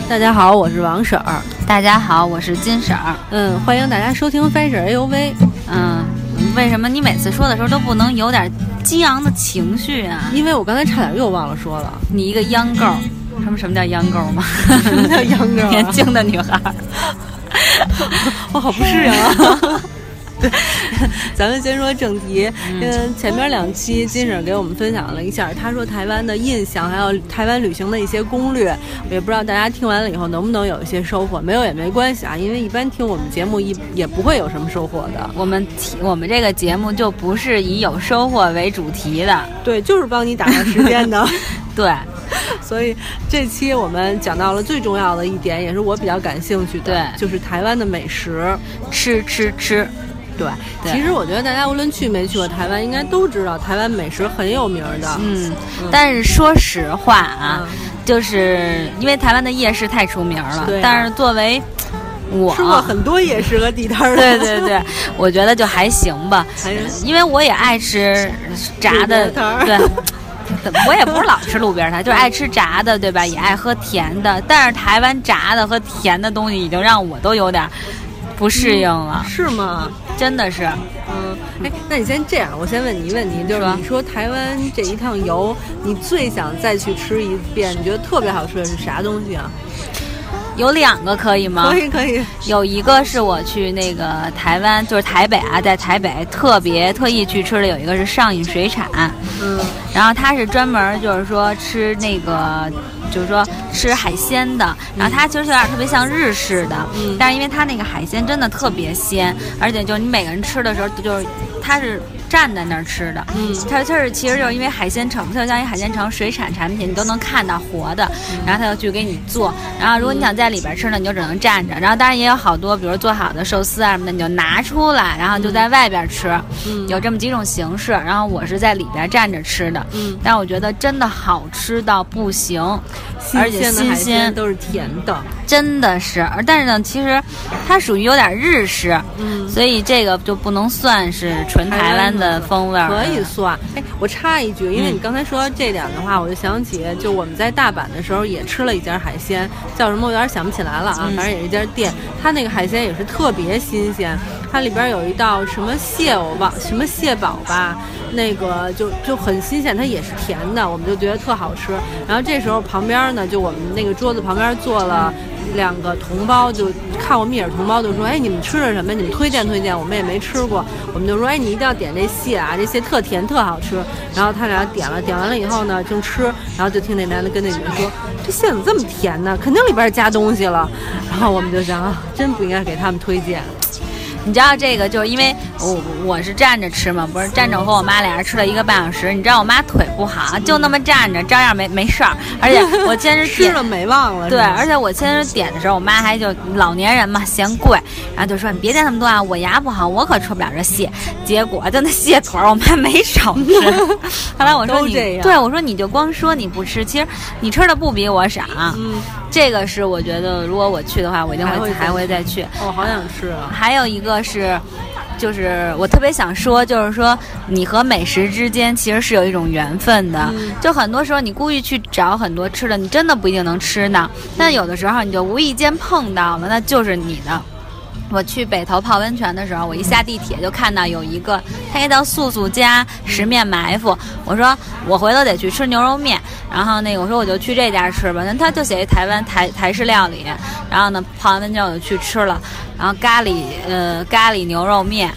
大家好，我是王婶儿。 大家好，我是金婶儿。 欢迎大家收听翻婶 AUV。 为什么你每次说的时候都不能有点激昂的情绪啊？ 因为我刚才差点又忘了说了， 你一个秧沟，什么叫秧沟吗？ 什么叫秧沟？ 年轻的女孩。 我好不适应啊。对，咱们先说正题。前面2期金婶给我们分享了一下她说台湾的印象，还有台湾旅行的一些攻略。我也不知道大家听完了以后能不能有一些收获，没有也没关系啊，因为一般听我们节目也不会有什么收获的。 我们这个节目就不是以有收获为主题的， 对，就是帮你打发时间的。 对。 所以这期我们讲到了最重要的一点，也是我比较感兴趣的， 对， 就是台湾的美食，吃。对，其实我觉得大家无论去没去过台湾，应该都知道台湾美食很有名的。 但是说实话啊，就是因为台湾的夜市太出名了。 对， 但是作为我吃过很多夜市和地摊的，对，我觉得就还行吧，因为我也爱吃炸的，对。我也不是老吃路边摊，就是爱吃炸的，对吧？也爱喝甜的，但是台湾炸的和甜的东西已经让我都有点不适应了。 是吗？ 真的是。 那你先这样，我先问你一问题，就是你说台湾这一趟游，你最想再去吃一遍，你觉得特别好吃的是啥东西啊？ 有2个可以吗？ 可以。 有一个是我去那个台湾，就是台北啊，在台北特意去吃的，有一个是上瘾水产。然后它是专门就是说吃那个，就是说吃海鲜的。然后它其实有点特别像日式的，但是因为它那个海鲜真的特别鲜，而且就是你每个人吃的时候，就是它是站在那儿吃的。它是其实就是因为海鲜城，就像一海鲜城水产产品，你都能看到活的，然后他就去给你做。然后如果你想在里边吃呢，你就只能站着。然后当然也有好多，比如做好的寿司啊什么的，你就拿出来，然后就在外边吃。有这么几种形式。然后我是在里边站着吃的。但我觉得真的好吃到不行，而且新鲜， 都是甜的， 真的是。但是呢，其实它属于有点日式，所以这个就不能算是纯台湾的风味。 可以算。我插一句，因为你刚才说到这点的话，我就想起，就我们在大阪的时候也吃了一家海鲜，叫什么我有点想不起来了啊，反正也是一家店，它那个海鲜也是特别新鲜，它里边有一道什么蟹，我忘什么蟹堡吧，那个就很新鲜，它也是甜的，我们就觉得特好吃。然后这时候旁边呢，就我们那个桌子旁边坐了2个同胞，就看我们也是同胞，就说你们吃的什么？你们推荐，我们也没吃过。我们就说你一定要点这蟹啊，这蟹特甜特好吃。然后他俩点完了以后呢正吃，然后就听那男的跟那女的说，这蟹怎么这么甜呢？肯定里边加东西了。然后我们就想真不应该给他们推荐。 你知道这个就是因为我是站着吃嘛，不是站着，我和我妈俩人吃了1个半小时。你知道我妈腿不好，就那么站着，照样没事儿。而且我先是吃了没忘了。 对，而且我先是点的时候，我妈还就老年人嘛嫌贵，然后就说你别点那么多啊，我牙不好，我可吃不了这蟹。结果就那蟹腿我妈没少吃。后来我说你对我说你就光说你不吃，其实你吃的不比我少。这个是我觉得如果我去的话，我一定还会再去。 好想吃啊！ 还有一个是，就是我特别想说，就是说你和美食之间其实是有一种缘分的。就很多时候你故意去找很多吃的，你真的不一定能吃呢。但有的时候你就无意间碰到了，那就是你的。我去北投泡温泉的时候，我一下地铁就看到有一个，它叫素素家十面埋伏。我说我回头得去吃牛肉面，然后我说我就去这家吃吧。那他就写台湾台式料理，然后呢泡完温泉我就去吃了，然后咖喱牛肉面。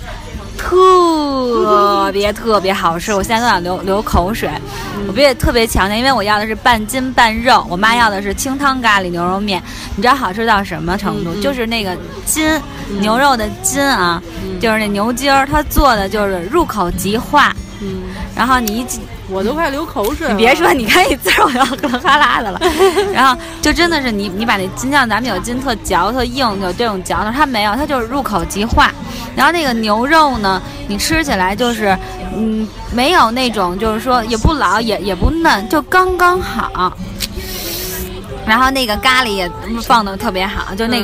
特别好吃，我现在都想流口水。我也特别强烈，因为我要的是半筋半肉，我妈要的是清汤咖喱牛肉面。你知道好吃到什么程度？就是那个筋，牛肉的筋啊，就是那牛筋儿，它做的就是入口即化。然后你我都快流口水了。 你别说，你看一字我要咯哈啦的了。然后就真的是你把那筋，像咱们有筋特嚼特硬，有这种嚼头，它没有，它就是入口即化。然后那个牛肉呢，你吃起来就是没有那种就是说也不老也不嫩，就刚刚好。然后那个咖喱也放的特别好，就那个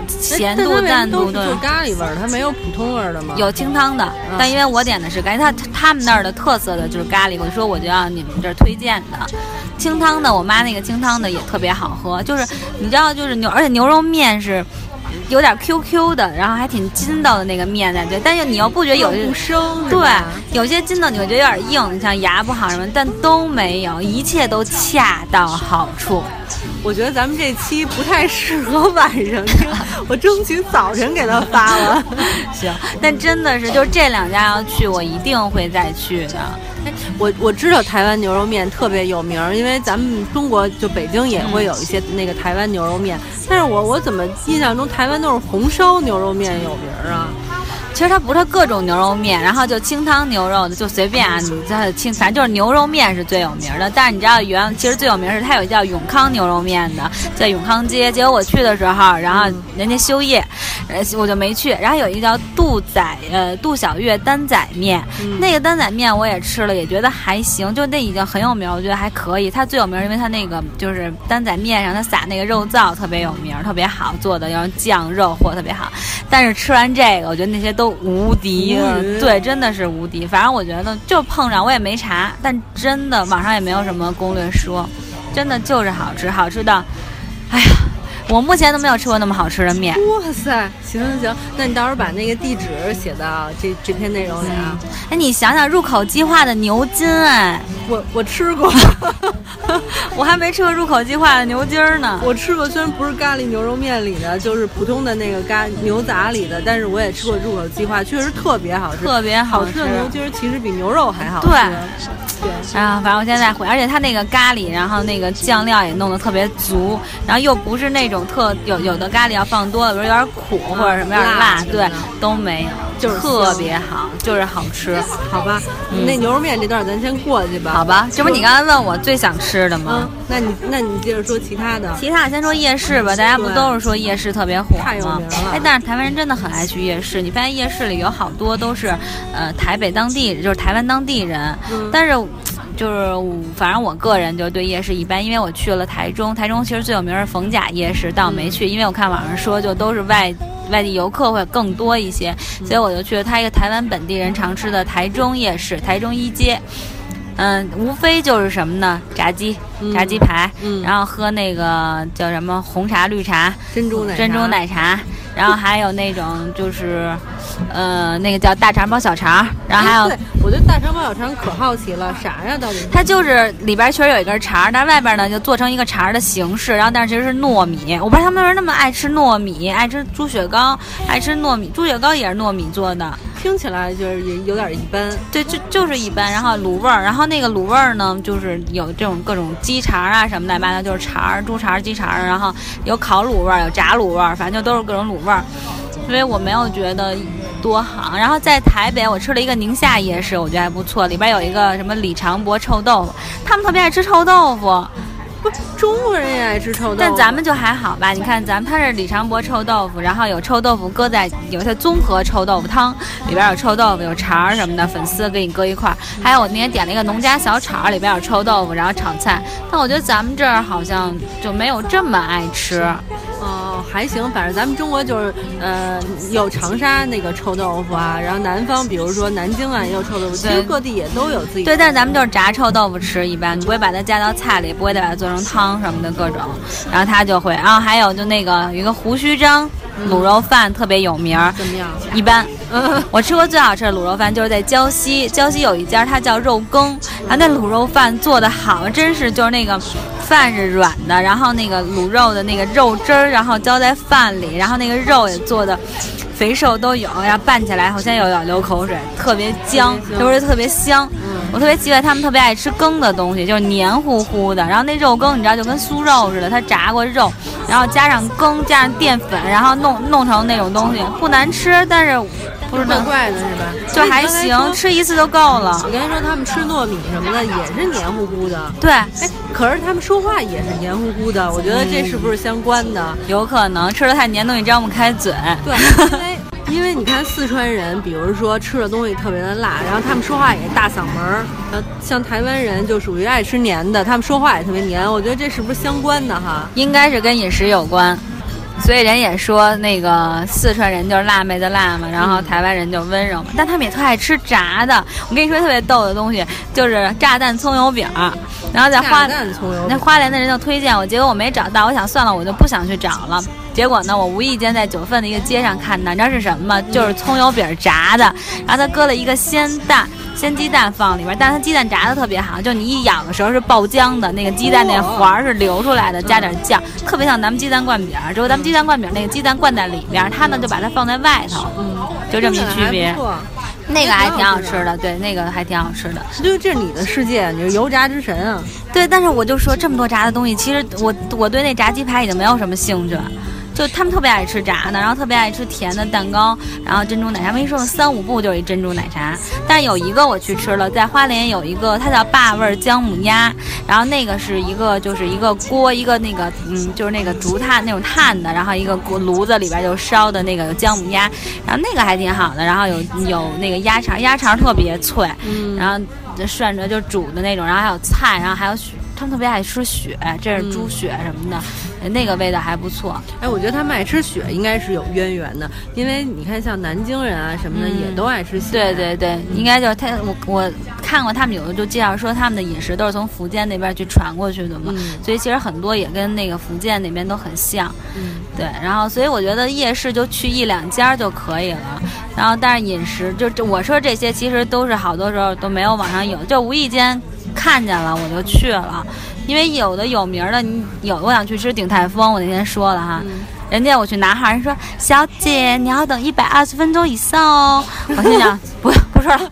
咸度、淡度都是咖喱味儿，它没有普通味儿的吗？ 有清汤的，但因为我点的是咖喱，他们那儿的特色的就是咖喱，我说我就要你们这儿推荐的。清汤的，我妈那个清汤的也特别好喝，就是你知道，就是而且牛肉面是有点 QQ 的，然后还挺筋道的那个面的，对，但是你又不觉得有些不生， 对，有些筋道你会觉得有点硬，你像牙不好什么，但都没有，一切都恰到好处。 我觉得咱们这期不太适合晚上听，我争取早晨给他发了。 行，但真的是，就是这2家要去，我一定会再去的。 我知道台湾牛肉面特别有名，因为咱们中国就北京也会有一些那个台湾牛肉面，但是我怎么印象中台湾都是红烧牛肉面有名啊？ 其实它不是各种牛肉面，然后就清汤牛肉的就随便啊，你这清反正就是牛肉面是最有名的。但是你知道其实最有名是它有叫永康牛肉面的，在永康街。结果我去的时候，然后人家休业，我就没去。然后有一个叫杜小月担仔面，那个担仔面我也吃了，也觉得还行，就那已经很有名，我觉得还可以。它最有名因为它那个就是担仔面上它撒那个肉燥特别有名，特别好做的，然后酱肉或特别好。但是吃完这个，我觉得那些都无敌了，对，真的是无敌。反正我觉得就碰上，我也没查，但真的网上也没有什么攻略说，真的就是好吃，好吃到，哎呀，我目前都没有吃过那么好吃的面。 哇塞，行，那你到时候把那个地址写到这篇内容里啊。 哎，你想想入口即化的牛筋，哎， 我吃过。 我还没吃过入口即化的牛筋呢。 我吃过，虽然不是咖喱牛肉面里的，就是普通的那个牛杂里的，但是我也吃过入口即化，确实特别好吃， 特别好吃。 好吃的牛筋其实比牛肉还好吃。 对，然后反正我现在而且它那个咖喱，然后那个酱料也弄得特别足，然后又不是那种有的咖喱要放多了，比如有点苦或者什么有点辣，对，都没有，就是特别好，就是好吃。 好吧，那牛肉面这段咱先过去吧。 好吧，这不是你刚才问我最想吃的吗？ 那你接着说其他的。 先说夜市吧，大家不都是说夜市特别火吗？ 太有名了。 哎，但是台湾人真的很爱去夜市。你发现夜市里有好多都是台北当地，就是台湾当地人，但是就是反正我个人就对夜市一般，因为我去了台中其实最有名是逢甲夜市，但我没去，因为我看网上说就都是外地游客会更多一些，所以我就去了他一个台湾本地人常吃的台中夜市，台中一街。无非就是什么呢？炸鸡排，然后喝那个叫什么红茶、绿茶、珍珠奶茶，然后还有那种就是，那个叫大肠包小肠，然后还有， 对，我对大肠包小肠可好奇了，啥呀？到底？ 它就是里边确实有一根肠，但是外边呢就做成一个肠的形式，然后但是其实是糯米。我不知道他们为什么那么爱吃糯米，爱吃猪血糕，爱吃糯米，猪血糕也是糯米做的。 听起来就是也有点一般， 对，就是一般。然后卤味儿，然后那个卤味儿呢，就是有这种各种鸡肠啊什么的，八糟就是肠、猪肠、鸡肠，然后有烤卤味儿，有炸卤味儿，反正就都是各种卤味儿。所以我没有觉得多好。然后在台北，我吃了一个宁夏夜市，我觉得还不错，里边有一个什么李长博臭豆腐，他们特别爱吃臭豆腐。 不，中国人也爱吃臭豆腐， 但咱们就还好吧。你看咱们它是李长博臭豆腐，然后有臭豆腐搁在有它综合臭豆腐汤，里边有臭豆腐、有肠什么的，粉丝给你搁一块儿。还有我那天点了一个农家小炒，里边有臭豆腐，然后炒菜。但我觉得咱们这儿好像就没有这么爱吃。 还行，反正咱们中国就是有长沙那个臭豆腐啊，然后南方比如说南京啊也有臭豆腐，其实各地也都有自己。 对，但是咱们就是炸臭豆腐吃，一般你不会把它加到菜里，不会再把它做成汤什么的各种，然后它就会。然后还有就那个有一个胡须章卤肉饭特别有名， 怎么样？ 一般。我吃过最好吃的卤肉饭就是在礁溪有一家，它叫肉羹，然后那卤肉饭做的好，真是就是那个饭是软的，然后那个卤肉的那个肉汁儿，然后浇在饭里，然后那个肉也做的肥瘦都有，然后拌起来好像有点流口水，特别姜，就是特别香。我特别奇怪，他们特别爱吃羹的东西，就是黏糊糊的。然后那肉羹你知道就跟酥肉似的，它炸过肉，然后加上羹，加上淀粉，然后弄成那种东西，不难吃，但是不是怪怪的是吧？ 就还行，吃一次就够了。 我刚才说他们吃糯米什么的也是黏糊糊的， 对， 可是他们说话也是黏糊糊的，我觉得这是不是相关的？ 有可能吃的太黏，东西张不开嘴。 对，因为你看四川人，比如说吃的东西特别的辣，然后他们说话也大嗓门儿。像台湾人就属于爱吃黏的，他们说话也特别黏。我觉得这是不是相关的哈？ 应该是跟饮食有关。 所以人也说那个四川人就是辣妹的辣嘛，然后台湾人就温柔嘛，但他们也特爱吃炸的。我跟你说特别逗的东西，就是炸弹葱油饼，然后在花莲的人就推荐我，结果我没找到，我想算了，我就不想去找了。结果呢，我无意间在九份的一个街上看到，你知道是什么吗？就是葱油饼炸的，然后他搁了一个鲜鸡蛋放里边，但是它鸡蛋炸的特别好，就你一咬的时候是爆浆的，那个鸡蛋那环是流出来的，加点酱，特别像咱们鸡蛋灌饼。只不过咱们鸡蛋灌饼那个鸡蛋灌在里边，它呢就把它放在外头，就这么一区别。那个还挺好吃的，对，那个还挺好吃的。 对，这是你的世界，你是油炸之神啊。 对，但是我就说这么多炸的东西，其实我对那炸鸡排已经没有什么兴趣了。就他们特别爱吃炸的，然后特别爱吃甜的蛋糕，然后珍珠奶茶。没说3-5步就是一珍珠奶茶。但是有一个我去吃了，在花莲有一个，它叫爸味姜母鸭，然后那个是一个就是一个锅，一个那个就是那个竹炭那种炭的，然后一个锅炉子里边就烧的那个姜母鸭，然后那个还挺好的，然后有那个鸭肠特别脆，然后涮着就煮的那种，然后还有菜，然后还有他们特别爱吃血，这是猪血什么的，那个味道还不错。 哎，我觉得他们爱吃血应该是有渊源的，因为你看像南京人啊什么的也都爱吃血。 对对对，应该就是我看过他们有的就介绍说他们的饮食都是从福建那边去传过去的嘛，所以其实很多也跟那个福建那边都很像。对，然后所以我觉得夜市就去1-2家就可以了，然后但是饮食就我说这些其实都是好多时候都没有网上有，就无意间看见了我就去了，因为有的有名的，我想去吃鼎泰丰，我那天说了哈，人家我去拿号，人说小姐你要等120分钟以上哦，我心想不说了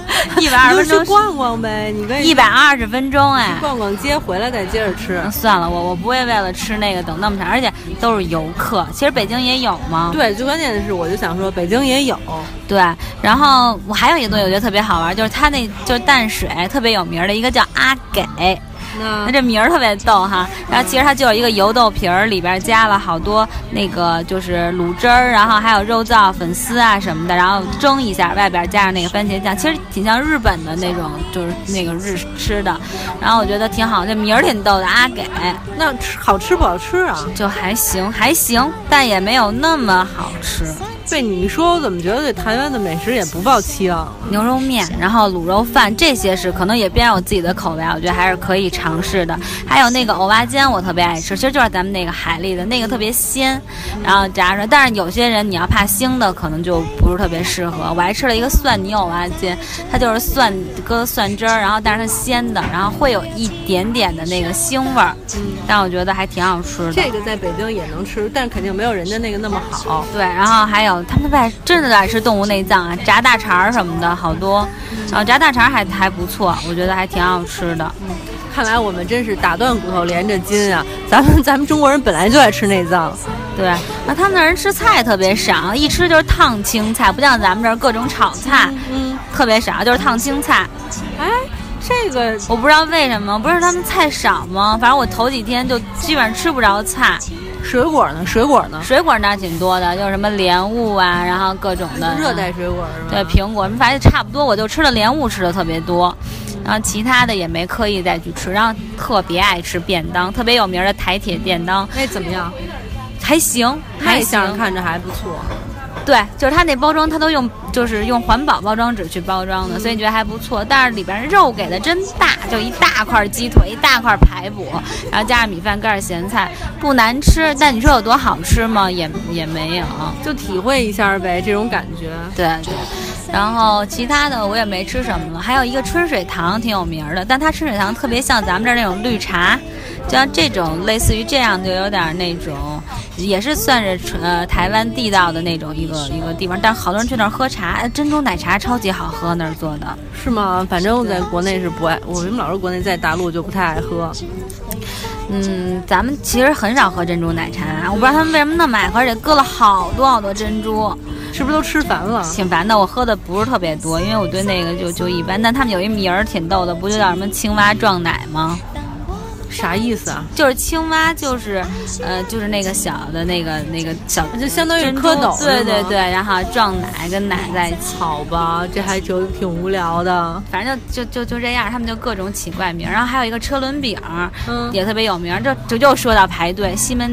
，120分钟去逛逛呗，你跟 120分钟哎， 逛逛街回来再接着吃。 算了，我不会为了吃那个等那么长，而且都是游客，其实北京也有嘛。 对，最关键的是我就想说北京也有。 对，然后我还有一个东西我觉得特别好玩，就是它那就是淡水特别有名的一个叫阿给。那这名儿特别逗哈，然后其实它就是一个油豆皮儿，里边加了好多那个就是卤汁儿，然后还有肉燥、粉丝啊什么的，然后蒸一下，外边加上那个番茄酱，其实挺像日本的那种，就是那个日吃的。然后我觉得挺好，这名儿挺逗的，阿给。 那好吃不好吃啊？ 就还行，但也没有那么好吃。 被你说，我怎么觉得对台湾的美食也不抱期望？ 牛肉面，然后卤肉饭，这些是可能也偏我自己的口味，我觉得还是可以尝试的。还有那个蚵仔煎，我特别爱吃，其实就是咱们那个海蛎的那个特别鲜，然后炸出来。但是有些人你要怕腥的，可能就不是特别适合。我还吃了一个蒜泥蚵仔煎，它就是搁蒜汁儿，然后但是它鲜的，然后会有一点点的那个腥味儿，但我觉得还挺好吃的。 这个在北京也能吃，但是肯定没有人家那个那么好。 对，然后还有他们真的爱吃动物内脏啊，炸大肠什么的好多，然后炸大肠还不错，我觉得还挺好吃的。 看来我们真是打断骨头连着筋啊！咱们中国人本来就爱吃内脏。 对，那他们那人吃菜特别少，一吃就是烫青菜，不像咱们这儿各种炒菜，特别少，就是烫青菜。 哎，这个我不知道为什么，不是他们菜少吗？反正我头几天就基本上吃不着菜。 水果呢？水果那挺多的，就是什么莲雾啊，然后各种的热带水果是吧？ 对，苹果，反正差不多。我就吃了莲雾，吃的特别多，然后其他的也没刻意再去吃。然后特别爱吃便当，特别有名的台铁便当。 那怎么样？ 还行， 卖相看着还不错。 对，就是它那包装，它都用环保包装纸去包装的，所以觉得还不错。但是里边肉给的真大，就一大块鸡腿，一大块排骨，然后加上米饭，搁点咸菜，不难吃。但你说有多好吃吗？也没有， 就体会一下呗，这种感觉。 对。然后其他的我也没吃什么了，还有一个春水堂挺有名的，但它春水堂特别像咱们这儿那种绿茶，就像这种类似于这样，就有点那种，也是算是台湾地道的那种一个地方，但好多人去那儿喝茶，珍珠奶茶超级好喝，那儿做的。 是吗？反正我在国内是不爱，我为什么老说国内在大陆就不太爱喝？ 咱们其实很少喝珍珠奶茶，我不知道他们为什么那么爱喝，而且搁了好多珍珠。 是不是都吃烦了？ 挺烦的，我喝的不是特别多，因为我对那个就一般。但他们有一名儿挺逗的，不就叫什么青蛙撞奶吗？ 啥意思啊？ 就是青蛙，就是那个小的那个小， 就相当于蝌蚪。 对，然后撞奶跟奶在一起。 好吧，这还就挺无聊的。 反正就这样，他们就各种奇怪名。然后还有一个车轮饼，也特别有名。就说到排队，西门町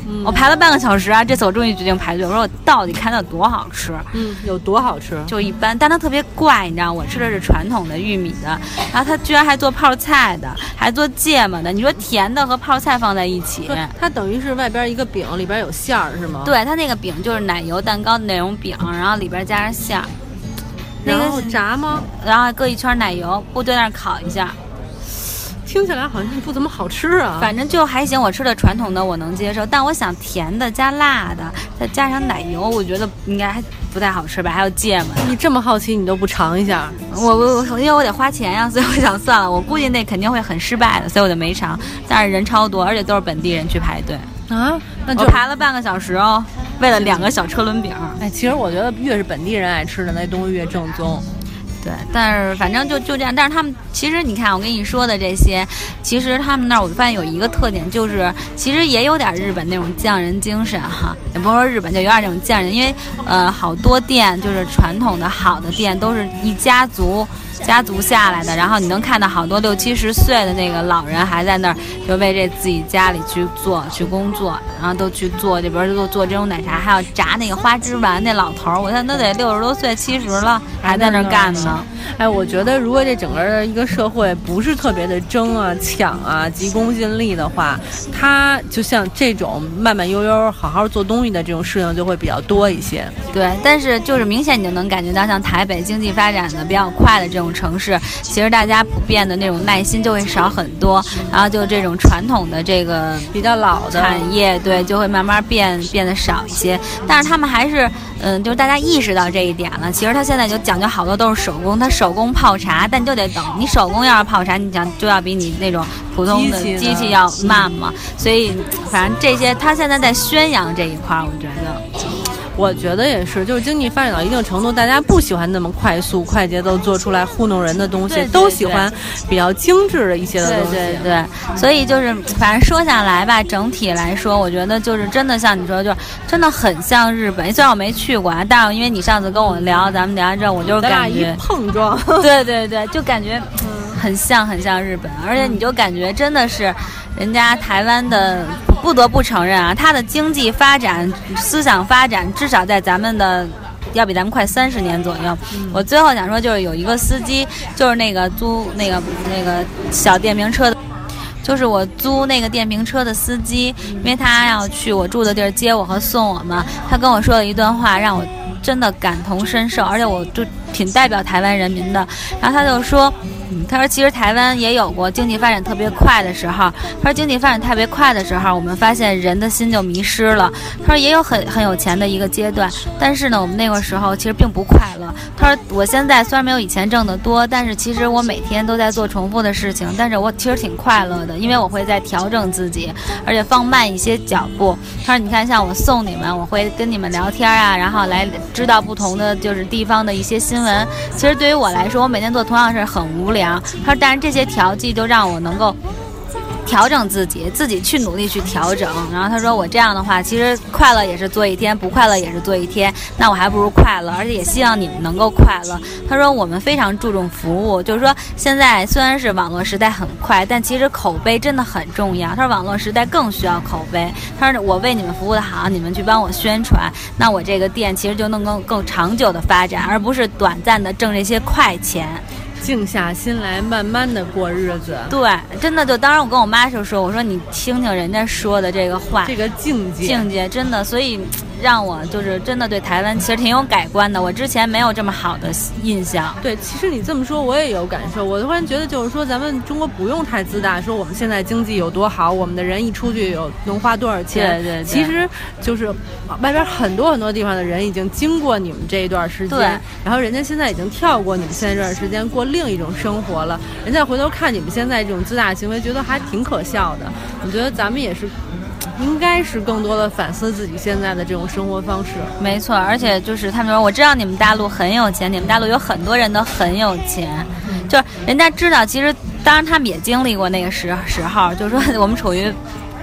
我排了半个小时啊，这次我终于决定排队。我说我到底看到多好吃？ 有多好吃？ 就一般，但它特别怪，你知道，我吃的是传统的玉米的，然后它居然还做泡菜的，还做芥末的。你说甜的和泡菜放在一起， 它等于是外边一个饼，里边有馅儿是吗？ 对，它那个饼就是奶油蛋糕的那种饼，然后里边加上馅儿。 然后炸吗？ 然后搁一圈奶油，不对那儿烤一下。 听起来好像不怎么好吃啊， 反正就还行。我吃的传统的我能接受，但我想甜的加辣的，再加上奶油，我觉得应该还不太好吃吧。还有芥末， 你这么好奇，你都不尝一下？ 我因为我得花钱呀，所以我想算了，我估计那肯定会很失败的，所以我就没尝。但是人超多，而且都是本地人去排队啊，那就我排了半个小时哦，为了2个小车轮饼。 哎，其实我觉得越是本地人爱吃的那东西越正宗。 对，但是反正就这样。但是他们其实你看，我跟你说的这些，其实他们那儿我发现有一个特点，就是其实也有点日本那种匠人精神哈，也不是说日本，就有点那种匠人，因为好多店就是传统的好的店都是一家族下来的，然后你能看到好多60、70岁的那个老人还在那儿就为这自己家里去工作，然后都去做，这边就做这种奶茶，还要炸那个花枝丸。那老头儿，我看都得60多岁、70了，还在那儿干呢。 哎，我觉得如果这整个的一个社会不是特别的争啊、抢啊、急功近利的话，它就像这种慢慢悠悠、好好做东西的这种事情就会比较多一些。 对，但是就是明显你就能感觉到，像台北经济发展的比较快的这种城市，其实大家普遍的那种耐心就会少很多，然后就这种传统的这个比较老的产业，对，就会慢慢变得少一些。但是他们还是就是大家意识到这一点了。其实他现在就讲究好多都是手工，他手工泡茶，但就得等你手工要是泡茶，你想就要比你那种普通的机器要慢嘛。所以反正这些他现在在宣扬这一块， 我觉得也是，就是经济发展到一定程度，大家不喜欢那么快速、快节奏做出来糊弄人的东西，都喜欢比较精致的一些的东西。 对，所以就是反正说下来吧，整体来说，我觉得就是真的像你说，就是真的很像日本。虽然我没去过，但是因为你上次跟我聊，咱们聊这，我就感觉一碰撞， 对，就感觉很像日本，而且你就感觉真的是人家台湾的。不得不承认啊，它的经济发展、思想发展，至少在咱们的要比咱们快30年左右。我最后想说，就是有一个司机，就是那个租那个小电瓶车的，就是我租那个电瓶车的司机，因为他要去我住的地儿接我和送我嘛，他跟我说了一段话，让我真的感同身受，而且我就挺代表台湾人民的。然后他就说。他说其实台湾也有过经济发展特别快的时候，他说经济发展特别快的时候，我们发现人的心就迷失了。他说也有很有钱的一个阶段，但是呢我们那个时候其实并不快乐。他说我现在虽然没有以前挣得多，但是其实我每天都在做重复的事情，但是我其实挺快乐的，因为我会在调整自己，而且放慢一些脚步。他说你看像我送你们，我会跟你们聊天啊，然后来知道不同的就是地方的一些新闻。其实对于我来说，我每天做同样的事很无聊。他说但是这些调剂就让我能够调整自己去努力去调整。然后他说我这样的话，其实快乐也是做一天，不快乐也是做一天，那我还不如快乐，而且也希望你们能够快乐。他说我们非常注重服务，就是说现在虽然是网络时代很快，但其实口碑真的很重要。他说网络时代更需要口碑，他说我为你们服务的好，你们去帮我宣传，那我这个店其实就能够更长久的发展，而不是短暂的挣这些快钱。 静下心来慢慢的过日子。 对，真的就当时我跟我妈就说，我说你听听人家说的这个话， 这个境界真的，所以让我就是真的对台湾其实挺有改观的，我之前没有这么好的印象。 对，其实你这么说我也有感受，我突然觉得就是说咱们中国不用太自大，说我们现在经济有多好，我们的人一出去能花多少钱。 对， 其实就是外边很多地方的人已经经过你们这一段时间，然后人家现在已经跳过你们现在这段时间过另一种生活了，人家回头看你们现在这种自大行为觉得还挺可笑的。我觉得咱们也是应该是更多的反思自己现在的这种生活方式。 没错，而且就是他们说我知道你们大陆很有钱，你们大陆有很多人都很有钱，就是人家知道其实当然他们也经历过那个时候，就是说我们处于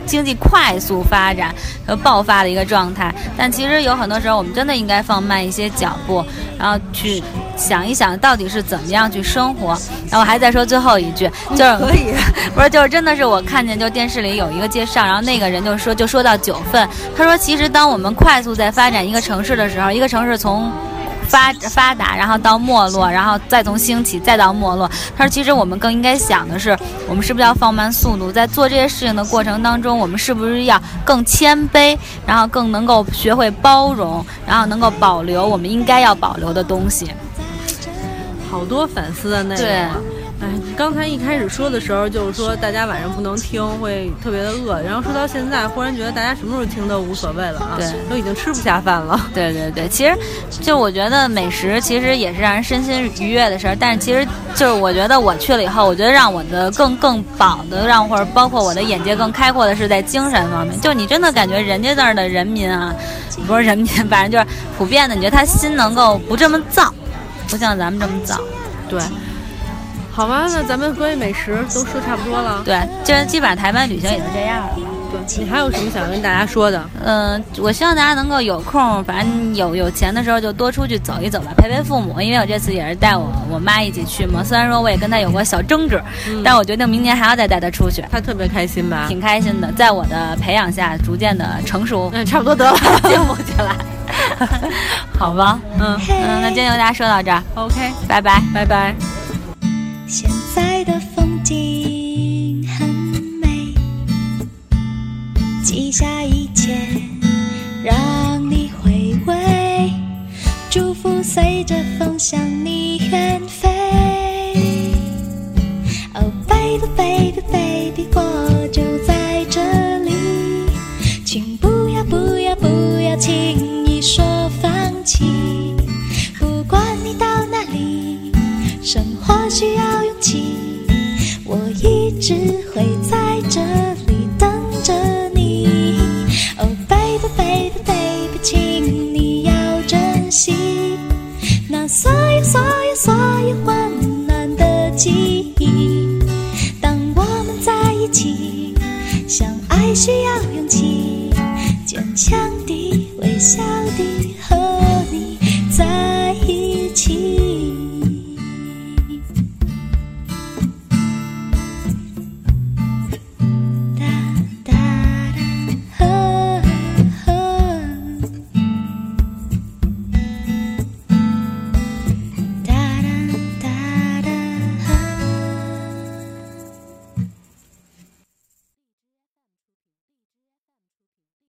经济快速发展和爆发的一个状态。但其实有很多时候我们真的应该放慢一些脚步，然后去想一想到底是怎么样去生活。然后我还再说最后一句，就是可以不是，就是真的是我看见就电视里有一个介绍，然后那个人就说到9份，他说其实当我们快速在发展一个城市的时候，一个城市从发达，然后到没落，然后再从兴起再到没落。他说其实我们更应该想的是，我们是不是要放慢速度，在做这些事情的过程当中，我们是不是要更谦卑，然后更能够学会包容，然后能够保留我们应该要保留的东西。 好多反思的内容。 对， 刚才一开始说的时候就是说大家晚上不能听会特别的饿，然后说到现在忽然觉得大家什么时候听都无所谓了啊， 对， 都已经吃不下饭了。 对对对，其实就我觉得美食其实也是让人身心愉悦的事儿，但是其实就是我觉得我去了以后，我觉得让我的更饱的或者包括我的眼界更开阔的是在精神方面，就你真的感觉人家那儿的人民啊，不是人民，反正就是普遍的，你觉得他心能够不这么燥，不像咱们这么燥。 对，好吧，那咱们关于美食都说差不多了。 对，这基本上台湾旅行也就这样了。 对，你还有什么想跟大家说的？ 我希望大家能够有空，反正有钱的时候就多出去走一走吧，陪陪父母。因为我这次也是带我妈一起去嘛，虽然说我也跟她有过小争执，但我决定明年还要再带她出去。 她特别开心吧？ 挺开心的，在我的培养下逐渐的成熟， 差不多得了， 进步起来。好吧，那今天就跟大家说到这儿 ，OK， 拜拜， 拜拜。 现在的风景很美，记下一切，让